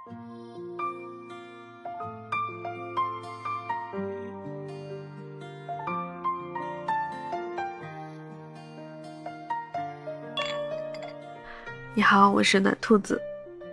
你好，我是暖兔子。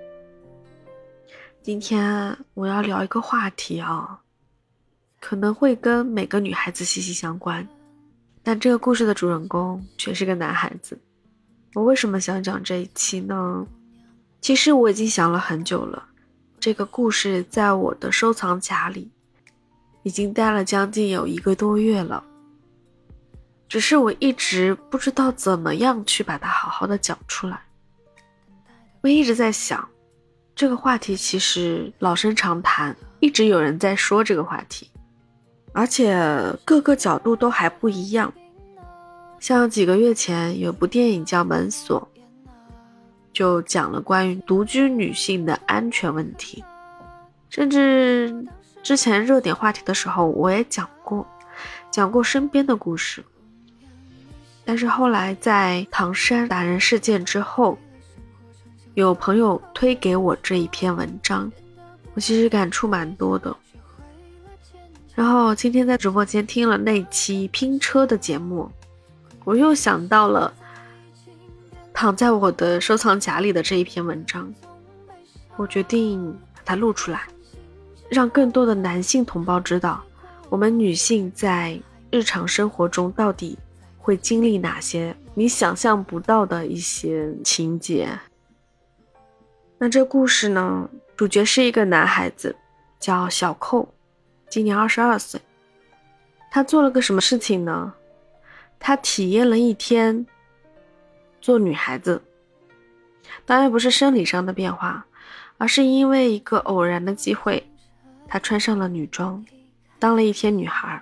今天我要聊一个话题可能会跟每个女孩子息息相关，但这个故事的主人公却是个男孩子。我为什么想讲这一期呢？其实我已经想了很久了，这个故事在我的收藏夹里已经待了将近有1个多月了，只是我一直不知道怎么样去把它好好的讲出来。我一直在想，这个话题其实老生常谈，一直有人在说这个话题，而且各个角度都还不一样。像几个月前有部电影叫《门锁》，就讲了关于独居女性的安全问题。甚至之前热点话题的时候我也讲过身边的故事。但是后来在唐山打人事件之后，有朋友推给我这一篇文章，我其实感触蛮多的。然后今天在直播间听了那期拼车的节目，我又想到了躺在我的收藏夹里的这一篇文章，我决定把它录出来，让更多的男性同胞知道，我们女性在日常生活中到底会经历哪些你想象不到的一些情节。那这故事呢，主角是一个男孩子，叫小寇，今年22岁。他做了个什么事情呢？他体验了一天做女孩子，当然不是生理上的变化，而是因为一个偶然的机会，他穿上了女装，当了一天女孩。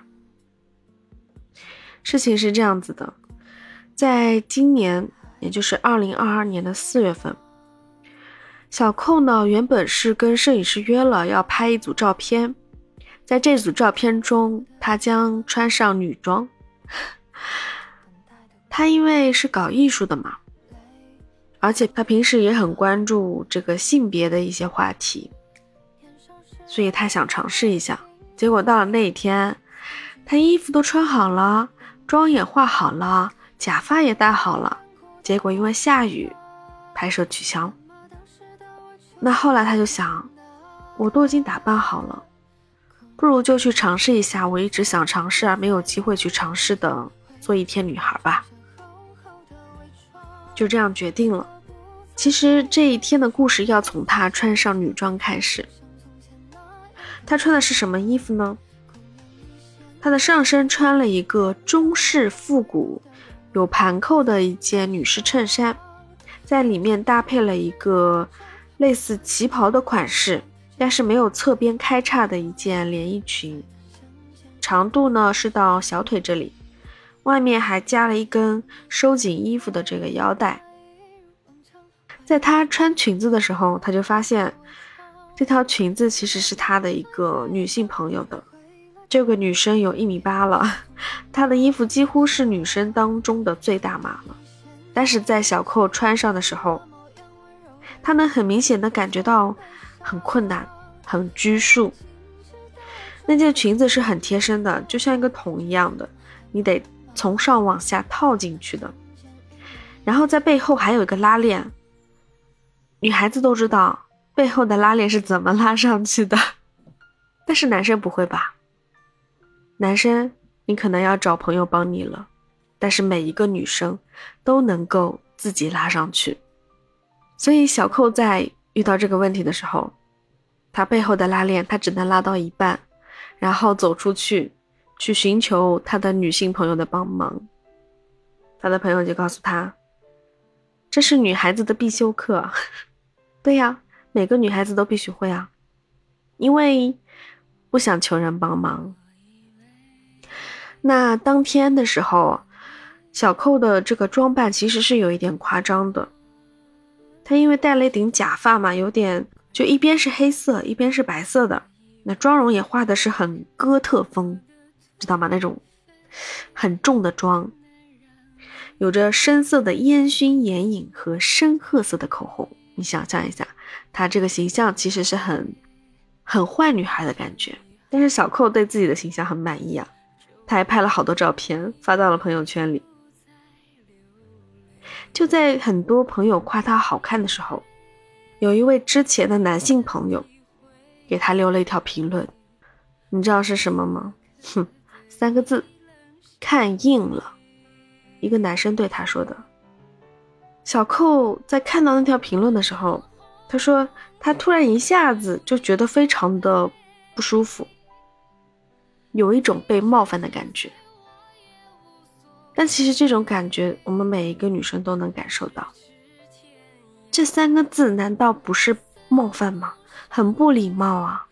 事情是这样子的，在今年，也就是2022年的4月份，小寇呢原本是跟摄影师约了要拍一组照片，在这组照片中他将穿上女装。他因为是搞艺术的嘛，而且他平时也很关注这个性别的一些话题，所以他想尝试一下。结果到了那一天，他衣服都穿好了，妆也化好了，假发也戴好了，结果因为下雨，拍摄取消。那后来他就想，我都已经打扮好了，不如就去尝试一下我一直想尝试而没有机会去尝试的做一天女孩吧。就这样决定了。其实这一天的故事要从他穿上女装开始。他穿的是什么衣服呢？他的上身穿了一个中式复古有盘扣的一件女士衬衫，在里面搭配了一个类似旗袍的款式，但是没有侧边开叉的一件连衣裙，长度呢是到小腿这里，外面还加了一根收紧衣服的这个腰带。在她穿裙子的时候，她就发现这条裙子其实是她的一个女性朋友的，这个女生有1.8米了，她的衣服几乎是女生当中的最大码了。但是在小寇穿上的时候，她能很明显的感觉到很困难，很拘束。那件裙子是很贴身的，就像一个桶一样的，你得从上往下套进去的。然后在背后还有一个拉链，女孩子都知道背后的拉链是怎么拉上去的，但是男生不会吧？男生你可能要找朋友帮你了，但是每一个女生都能够自己拉上去。所以小寇在遇到这个问题的时候，他背后的拉链他只能拉到一半，然后走出去寻求他的女性朋友的帮忙。他的朋友就告诉他，这是女孩子的必修课。对呀，每个女孩子都必须会啊，因为不想求人帮忙。那当天的时候，小寇的这个装扮其实是有一点夸张的。他因为戴了一顶假发嘛，有点就一边是黑色一边是白色的，那妆容也画的是很哥特风，知道吗？那种很重的妆，有着深色的烟熏眼影和深褐色的口红。你想象一下， 她这个形象其实是很坏女孩的感觉。但是小寇对自己的形象很满意啊，他还拍了好多照片发到了朋友圈里。就在很多朋友夸他好看的时候，有一位之前的男性朋友给他留了一条评论，你知道是什么吗？3个字，看硬了。一个男生对他说的。小寇在看到那条评论的时候，他说他突然一下子就觉得非常的不舒服，有一种被冒犯的感觉。但其实这种感觉我们每一个女生都能感受到。这3个字难道不是冒犯吗？很不礼貌啊。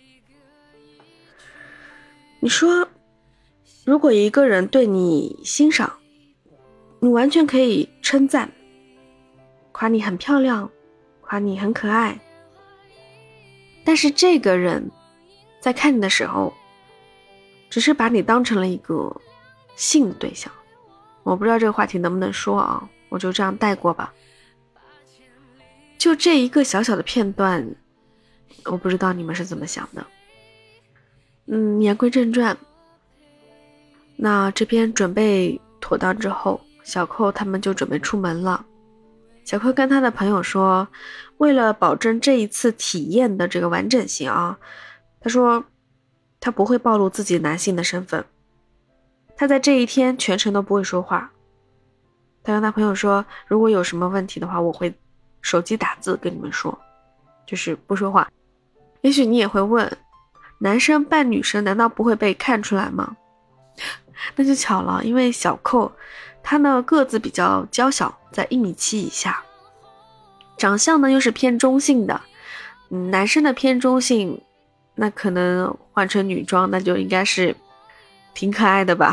你说如果一个人对你欣赏，你完全可以称赞，夸你很漂亮，夸你很可爱，但是这个人在看你的时候只是把你当成了一个性的对象。我不知道这个话题能不能说啊，我就这样带过吧。就这一个小小的片段，我不知道你们是怎么想的。言归正传，那这边准备妥当之后，小寇他们就准备出门了。小寇跟他的朋友说，为了保证这一次体验的这个完整性啊，他说他不会暴露自己男性的身份，他在这一天全程都不会说话。他跟他朋友说，如果有什么问题的话，我会手机打字跟你们说，就是不说话。也许你也会问，男生扮女生难道不会被看出来吗？那就巧了，因为小寇他呢个子比较娇小，在1.7米以下，长相呢又是偏中性的。男生的偏中性，那可能换成女装那就应该是挺可爱的吧。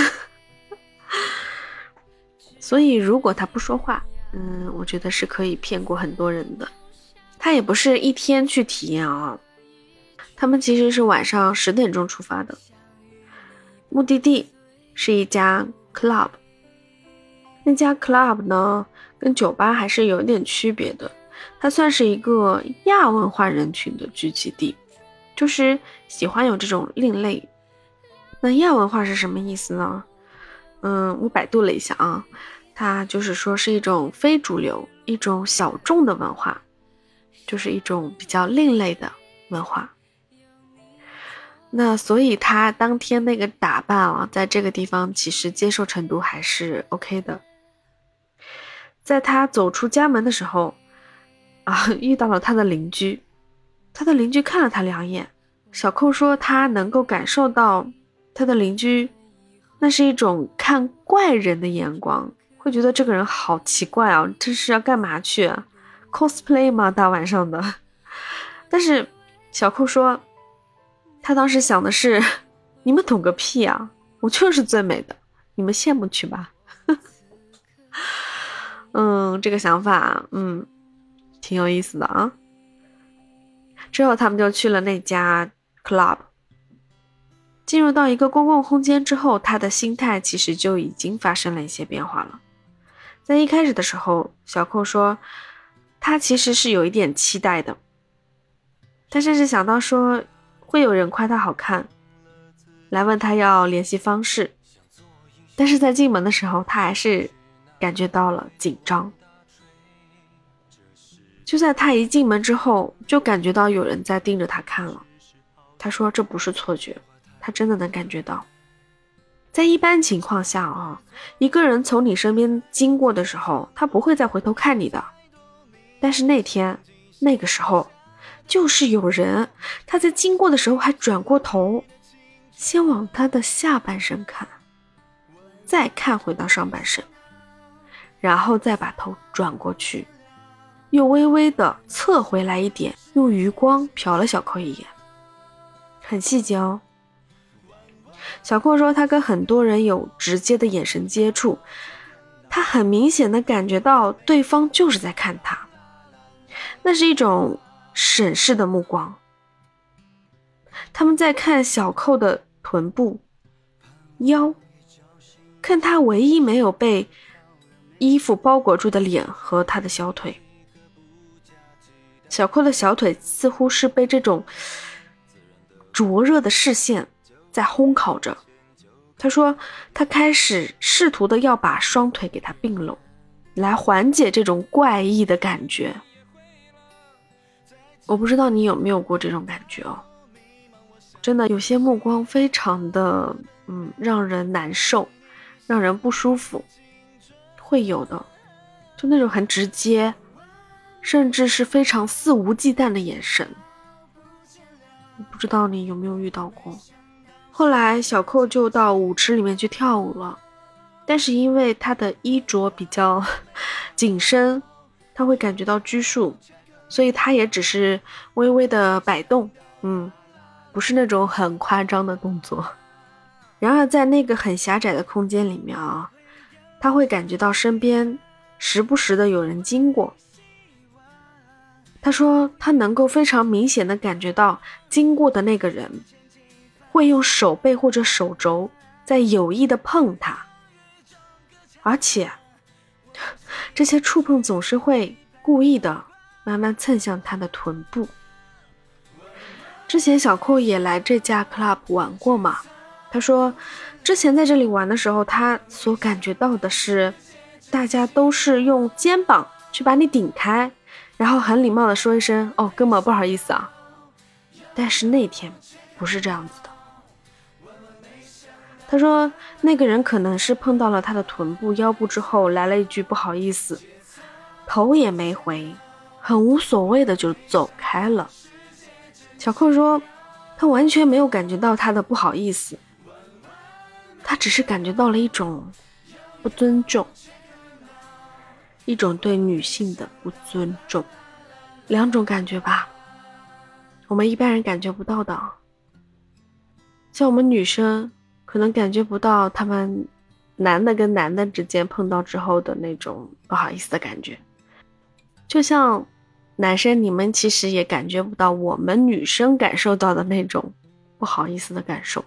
所以如果他不说话，我觉得是可以骗过很多人的。他也不是一天去体验啊，他们其实是晚上10点钟出发的，目的地是一家 club。 那家 club 呢跟酒吧还是有点区别的，它算是一个亚文化人群的聚集地，就是喜欢有这种另类。那亚文化是什么意思呢？我百度了一下啊，它就是说是一种非主流，一种小众的文化，就是一种比较另类的文化。那所以他当天那个打扮啊，在这个地方其实接受程度还是 OK 的。在他走出家门的时候遇到了他的邻居。他的邻居看了他2眼，小寇说他能够感受到他的邻居那是一种看怪人的眼光，会觉得这个人好奇怪啊，这是要干嘛去啊？ cosplay 吗？大晚上的。但是小寇说他当时想的是，你们懂个屁啊，我就是最美的，你们羡慕去吧。这个想法挺有意思的啊。之后他们就去了那家 club。 进入到一个公共空间之后，他的心态其实就已经发生了一些变化了。在一开始的时候，小寇说他其实是有一点期待的，他甚至想到说会有人夸他好看，来问他要联系方式。但是在进门的时候，他还是感觉到了紧张。就在他一进门之后，就感觉到有人在盯着他看了。他说这不是错觉，他真的能感觉到。在一般情况下一个人从你身边经过的时候，他不会再回头看你的。但是那天那个时候，就是有人他在经过的时候还转过头，先往他的下半身看，再看回到上半身，然后再把头转过去，又微微的侧回来一点，用余光瞟了小寇一眼，很细节哦。小寇说他跟很多人有直接的眼神接触，他很明显的感觉到对方就是在看他，那是一种审视的目光。他们在看小寇的臀部、腰，看他唯一没有被衣服包裹住的脸和他的小腿。 小寇的小腿似乎是被这种灼热的视线在烘烤着。他说他开始试图的要把双腿给他并拢，来缓解这种怪异的感觉。我不知道你有没有过这种感觉哦，真的有些目光非常的让人难受，让人不舒服，会有的，就那种很直接，甚至是非常肆无忌惮的眼神。不知道你有没有遇到过。后来小寇就到舞池里面去跳舞了，但是因为他的衣着比较紧身，他会感觉到拘束，所以他也只是微微的摆动，不是那种很夸张的动作。然而在那个很狭窄的空间里面啊，他会感觉到身边时不时的有人经过。他说他能够非常明显的感觉到经过的那个人会用手背或者手肘在有意的碰他，而且这些触碰总是会故意的慢慢蹭向他的臀部。之前小寇也来这家 club 玩过嘛，他说之前在这里玩的时候，他所感觉到的是大家都是用肩膀去把你顶开，然后很礼貌的说一声哦哥们不好意思啊。但是那天不是这样子的。他说那个人可能是碰到了他的臀部腰部之后来了一句不好意思，头也没回，很无所谓的就走开了。小寇说他完全没有感觉到他的不好意思，他只是感觉到了一种不尊重，一种对女性的不尊重，两种感觉吧，我们一般人感觉不到的。像我们女生可能感觉不到他们男的跟男的之间碰到之后的那种不好意思的感觉，就像男生你们其实也感觉不到我们女生感受到的那种不好意思的感受。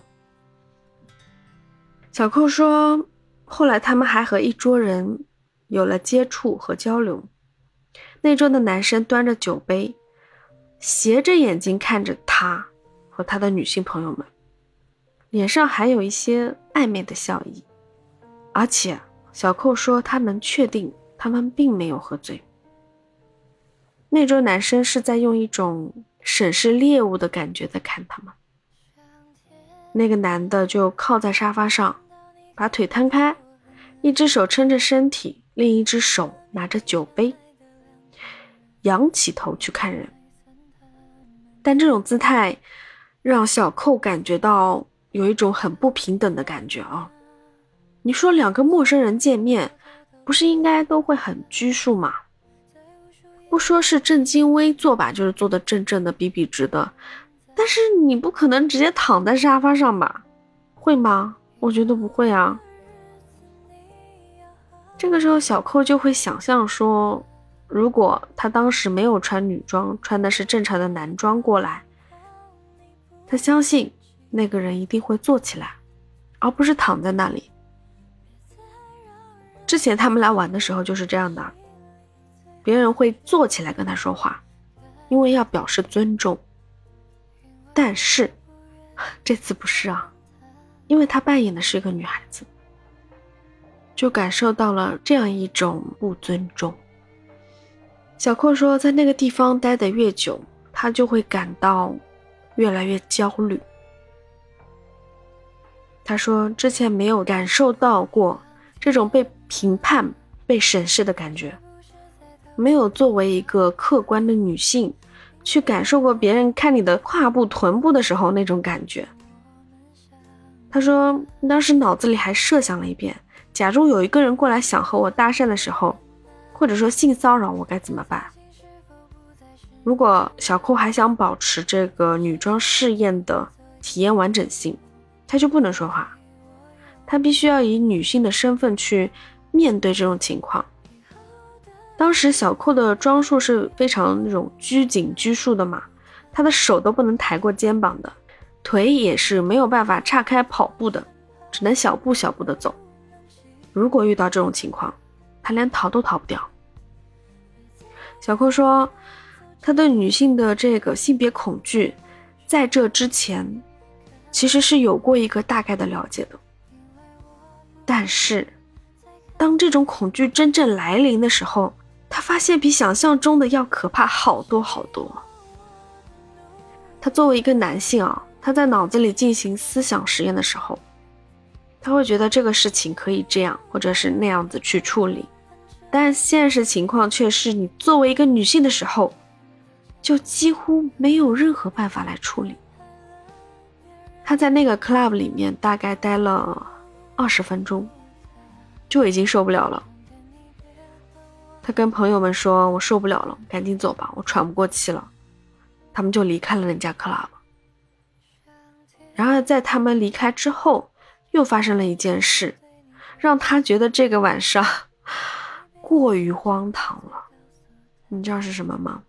小寇说后来他们还和一桌人有了接触和交流，那桌的男生端着酒杯斜着眼睛看着他和他的女性朋友们，脸上还有一些暧昧的笑意，而且小寇说他能确定他们并没有喝醉。那桌男生是在用一种审视猎物的感觉在看他们。那个男的就靠在沙发上，把腿摊开，一只手撑着身体，另一只手拿着酒杯，仰起头去看人。但这种姿态让小寇感觉到有一种很不平等的感觉啊！你说两个陌生人见面，不是应该都会很拘束吗？不说是正襟危坐吧，就是坐得正正的笔笔直的，但是你不可能直接躺在沙发上吧？会吗？我觉得不会啊。这个时候小寇就会想象说，如果他当时没有穿女装，穿的是正常的男装过来，他相信那个人一定会坐起来，而不是躺在那里。之前他们来玩的时候就是这样的，别人会坐起来跟他说话，因为要表示尊重。但是这次不是啊，因为他扮演的是一个女孩子，就感受到了这样一种不尊重。小寇说在那个地方待得越久，他就会感到越来越焦虑。他说之前没有感受到过这种被评判被审视的感觉，没有作为一个客观的女性去感受过别人看你的胯部臀部的时候那种感觉。他说当时脑子里还设想了一遍，假如有一个人过来想和我搭讪的时候，或者说性骚扰我该怎么办。如果小寇还想保持这个女装试验的体验完整性，他就不能说话，他必须要以女性的身份去面对这种情况。当时小寇的装束是非常那种拘谨拘束的嘛，他的手都不能抬过肩膀的，腿也是没有办法岔开跑步的，只能小步小步的走。如果遇到这种情况，他连逃都逃不掉。小寇说他对女性的这个性别恐惧在这之前其实是有过一个大概的了解的。但是当这种恐惧真正来临的时候，他发现比想象中的要可怕好多好多。他作为一个男性啊，他在脑子里进行思想实验的时候，他会觉得这个事情可以这样或者是那样子去处理，但现实情况却是你作为一个女性的时候，就几乎没有任何办法来处理。他在那个 club 里面大概待了20分钟，就已经受不了了。他跟朋友们说，我受不了了，赶紧走吧，我喘不过气了。他们就离开了那家 club。然而在他们离开之后，又发生了一件事，让他觉得这个晚上过于荒唐了。你知道是什么吗？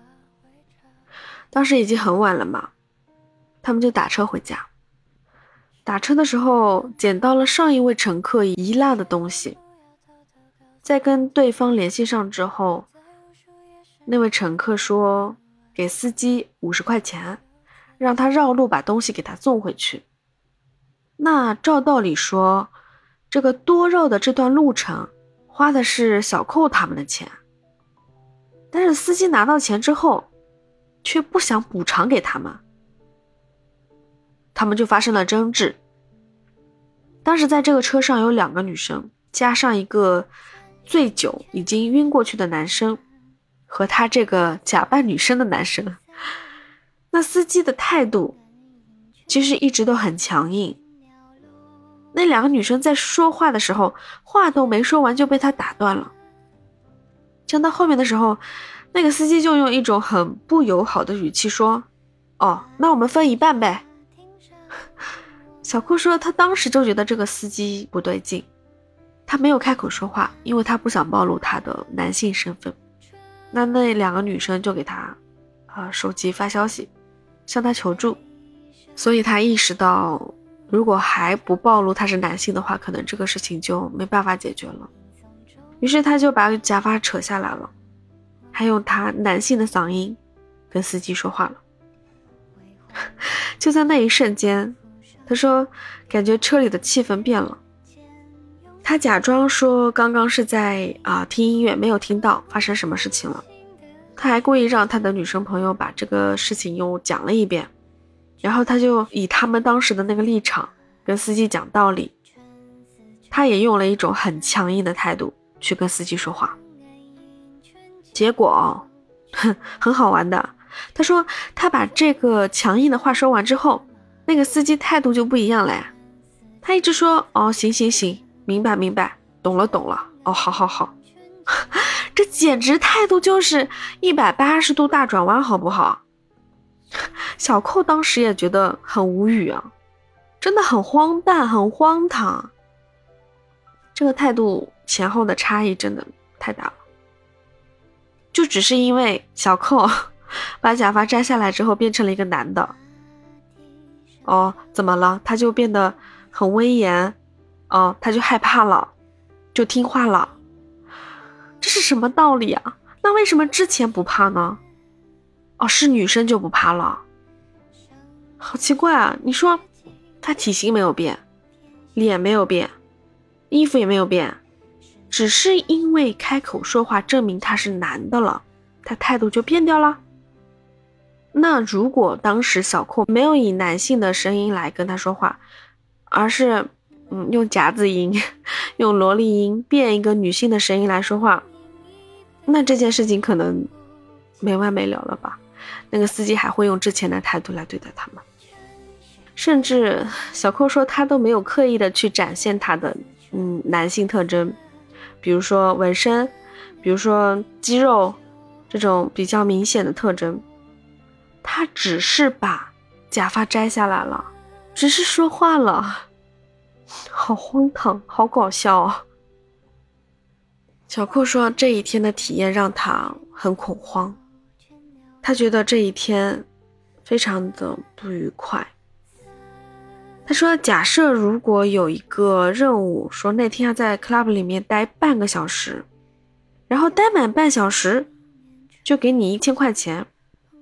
当时已经很晚了嘛，他们就打车回家。打车的时候捡到了上一位乘客遗落的东西，在跟对方联系上之后，那位乘客说给司机50块钱，让他绕路把东西给他送回去。那照道理说，这个多绕的这段路程花的是小寇他们的钱，但是司机拿到钱之后却不想补偿给他们，他们就发生了争执。当时在这个车上有2个女生，加上一个醉酒已经晕过去的男生和他这个假扮女生的男生。那司机的态度其实一直都很强硬，那2个女生在说话的时候，话都没说完就被他打断了。讲到后面的时候，那个司机就用一种很不友好的语气说，哦，那我们分一半呗。小寇说他当时就觉得这个司机不对劲，他没有开口说话，因为他不想暴露他的男性身份。那2个女生就给他手机发消息向他求助，所以他意识到如果还不暴露他是男性的话，可能这个事情就没办法解决了。于是他就把假发扯下来了，还用他男性的嗓音跟司机说话了。就在那一瞬间，他说感觉车里的气氛变了。他假装说刚刚是在听音乐，没有听到发生什么事情了。他还故意让他的女生朋友把这个事情又讲了一遍，然后他就以他们当时的那个立场跟司机讲道理。他也用了一种很强硬的态度去跟司机说话。结果很好玩的，他说他把这个强硬的话说完之后，那个司机态度就不一样了。他一直说哦，行行行，明白明白，懂了懂了，哦，好好好。这简直态度就是180度大转弯，好不好？小寇当时也觉得很无语啊，真的很荒诞，很荒唐。这个态度前后的差异真的太大了。就只是因为小寇把假发摘下来之后变成了一个男的，哦，怎么了？他就变得很威严，哦，他就害怕了，就听话了。这是什么道理啊？那为什么之前不怕呢？哦，是女生就不怕了？好奇怪啊！你说他体型没有变，脸没有变，衣服也没有变，只是因为开口说话证明他是男的了，他态度就变掉了。那如果当时小寇没有以男性的声音来跟他说话，而是用夹子音用萝莉音变一个女性的声音来说话，那这件事情可能没完没了了吧。那个司机还会用之前的态度来对待他们，甚至小寇说他都没有刻意的去展现他的男性特征，比如说纹身，比如说肌肉，这种比较明显的特征。他只是把假发摘下来了，只是说话了，好荒唐，好搞笑啊！小寇说这一天的体验让他很恐慌，他觉得这一天非常的不愉快。他说假设如果有一个任务说那天要在 club 里面待半个小时，然后待满半小时就给你1000块钱，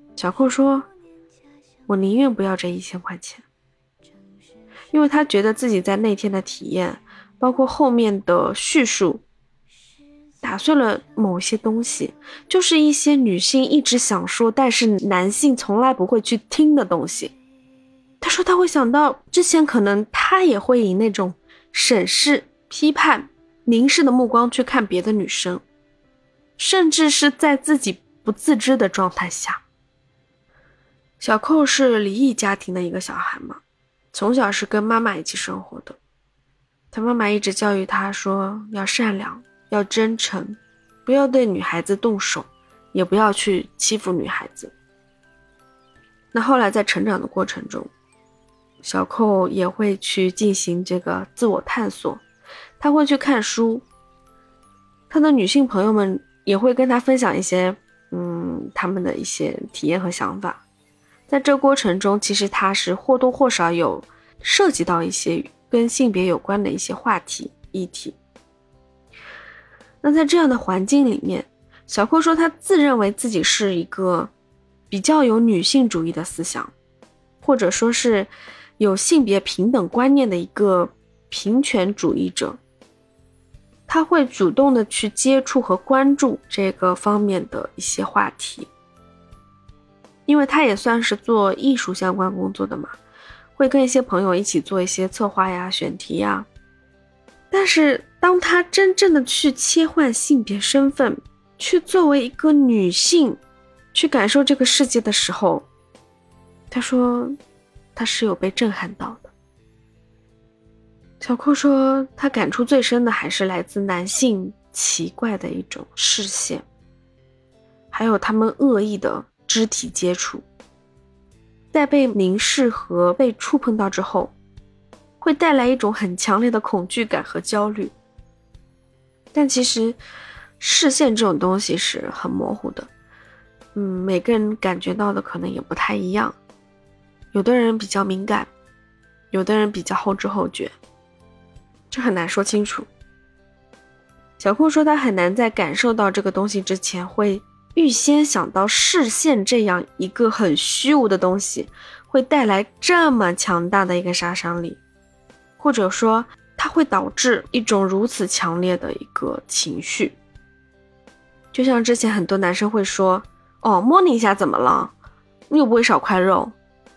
小寇说，我宁愿不要这1000块钱，因为他觉得自己在那天的体验，包括后面的叙述，打碎了某些东西，就是一些女性一直想说，但是男性从来不会去听的东西。他说他会想到之前可能他也会以那种审视、批判、凝视的目光去看别的女生，甚至是在自己不自知的状态下。小寇是离异家庭的一个小孩嘛，从小是跟妈妈一起生活的。他妈妈一直教育他说要善良，要真诚，不要对女孩子动手，也不要去欺负女孩子。那后来在成长的过程中，小寇也会去进行这个自我探索，他会去看书，他的女性朋友们也会跟他分享一些他们的一些体验和想法。在这过程中，其实他是或多或少有涉及到一些跟性别有关的一些话题议题。那在这样的环境里面，小寇说他自认为自己是一个比较有女性主义的思想，或者说是有性别平等观念的一个平权主义者。他会主动的去接触和关注这个方面的一些话题，因为他也算是做艺术相关工作的嘛，会跟一些朋友一起做一些策划呀、选题呀。但是当他真正的去切换性别身份，去作为一个女性去感受这个世界的时候，他说他是有被震撼到的。小寇说他感触最深的还是来自男性奇怪的一种视线，还有他们恶意的肢体接触。在被凝视和被触碰到之后，会带来一种很强烈的恐惧感和焦虑。但其实视线这种东西是很模糊的，每个人感觉到的可能也不太一样，有的人比较敏感，有的人比较后知后觉，这很难说清楚。小寇说他很难在感受到这个东西之前会预先想到视线这样一个很虚无的东西会带来这么强大的一个杀伤力，或者说它会导致一种如此强烈的一个情绪。就像之前很多男生会说，摸你一下怎么了，你又不会少块肉。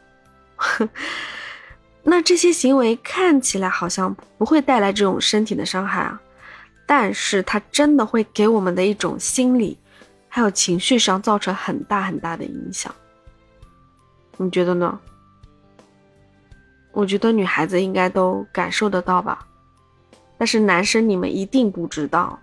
那这些行为看起来好像不会带来这种身体的伤害啊，但是它真的会给我们的一种心理还有情绪上造成很大很大的影响。你觉得呢？我觉得女孩子应该都感受得到吧，但是男生你们一定不知道。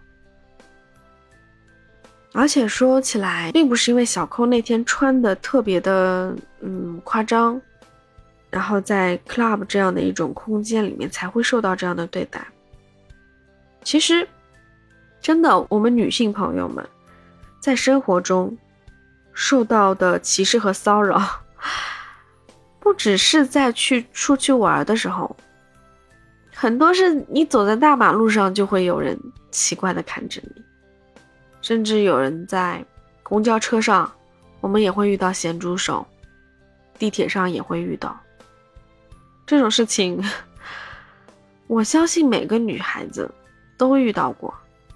而且说起来，并不是因为小寇那天穿的特别的夸张，然后在 club 这样的一种空间里面才会受到这样的对待。其实真的，我们女性朋友们在生活中受到的歧视和骚扰，不只是在出去玩的时候，很多是你走在大马路上就会有人奇怪的看着你，甚至有人在公交车上，我们也会遇到咸猪手，地铁上也会遇到这种事情。我相信每个女孩子都遇到过。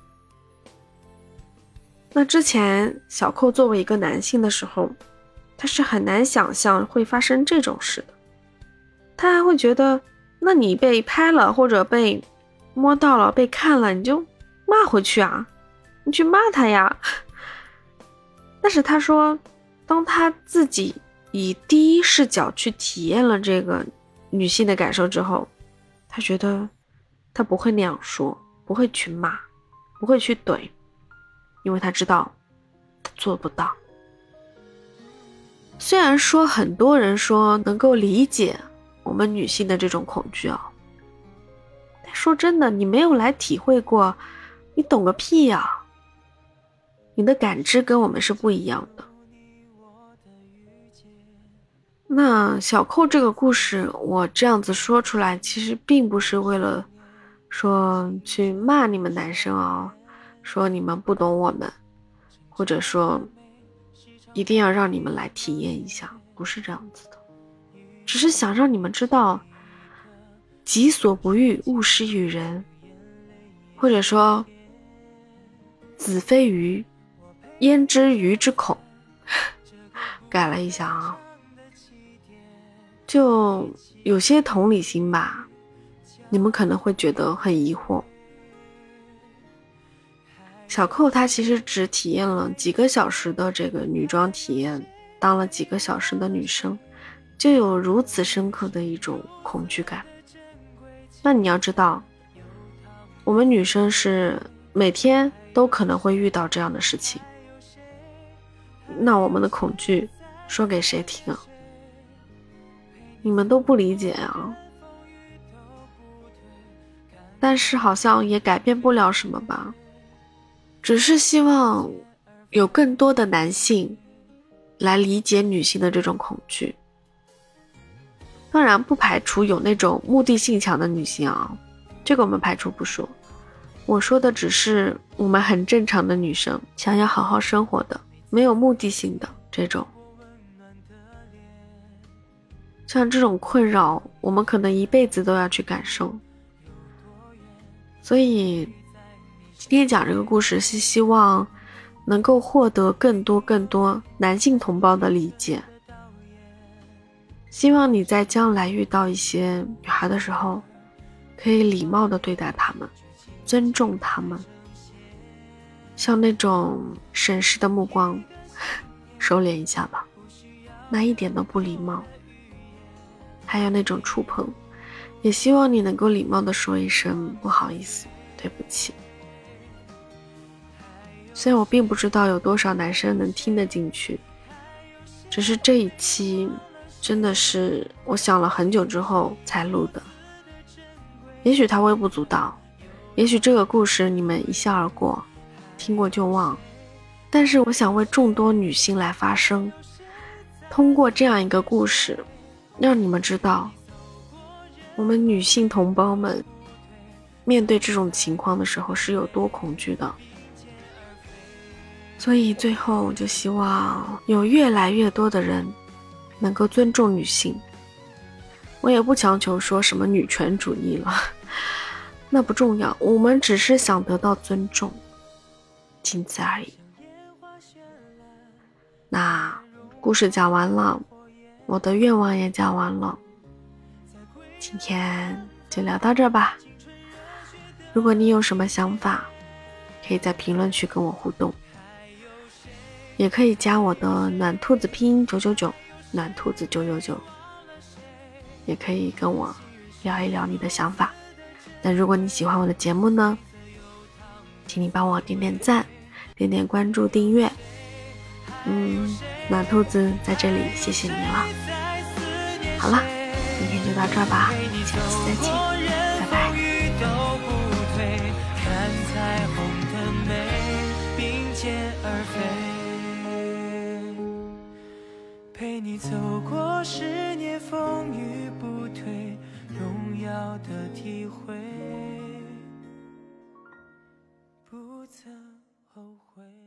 那之前小寇作为一个男性的时候，他是很难想象会发生这种事的。他还会觉得，那你被拍了或者被摸到了被看了，你就骂回去啊，你去骂他呀。但是他说，当他自己以第一视角去体验了这个女性的感受之后，他觉得他不会那样说，不会去骂，不会去怼，因为他知道他做不到。虽然说很多人说能够理解我们女性的这种恐惧啊，但说真的，你没有来体会过，你懂个屁呀！你的感知跟我们是不一样的。那小寇这个故事我这样子说出来，其实并不是为了说去骂你们男生啊，说你们不懂我们，或者说一定要让你们来体验一下，不是这样子的，只是想让你们知道己所不欲，勿施于人，或者说子非鱼，焉知鱼之恐改了一下啊，就有些同理心吧，你们可能会觉得很疑惑。小扣她其实只体验了几个小时的这个女装体验，当了几个小时的女生，就有如此深刻的一种恐惧感。那你要知道，我们女生是每天都可能会遇到这样的事情，那我们的恐惧说给谁听啊？你们都不理解啊，但是好像也改变不了什么吧，只是希望有更多的男性来理解女性的这种恐惧。当然不排除有那种目的性强的女性啊，这个我们排除不说，我说的只是我们很正常的女生想要好好生活的，没有目的性的这种。像这种困扰我们可能一辈子都要去感受，所以今天讲这个故事是希望能够获得更多男性同胞的理解，希望你在将来遇到一些女孩的时候可以礼貌地对待她们，尊重她们，像那种审视的目光收敛一下吧，那一点都不礼貌。还有那种触碰，也希望你能够礼貌地说一声不好意思，对不起。虽然我并不知道有多少男生能听得进去，只是这一期真的是我想了很久之后才录的。也许它微不足道，也许这个故事你们一笑而过，听过就忘，但是我想为众多女性来发声，通过这样一个故事让你们知道，我们女性同胞们面对这种情况的时候是有多恐惧的。所以最后就希望有越来越多的人能够尊重女性，我也不强求说什么女权主义了，那不重要，我们只是想得到尊重，仅此而已。那故事讲完了，我的愿望也讲完了，今天就聊到这吧。如果你有什么想法，可以在评论区跟我互动，也可以加我的暖兔子拼音999，暖兔子999，也可以跟我聊一聊你的想法。那如果你喜欢我的节目呢，请你帮我点点赞，点点关注订阅。暖兔子在这里谢谢你了。好了，今天就到这儿吧，下次再见，拜拜。陪你走过10年风雨不退，荣耀的体会，不曾后悔。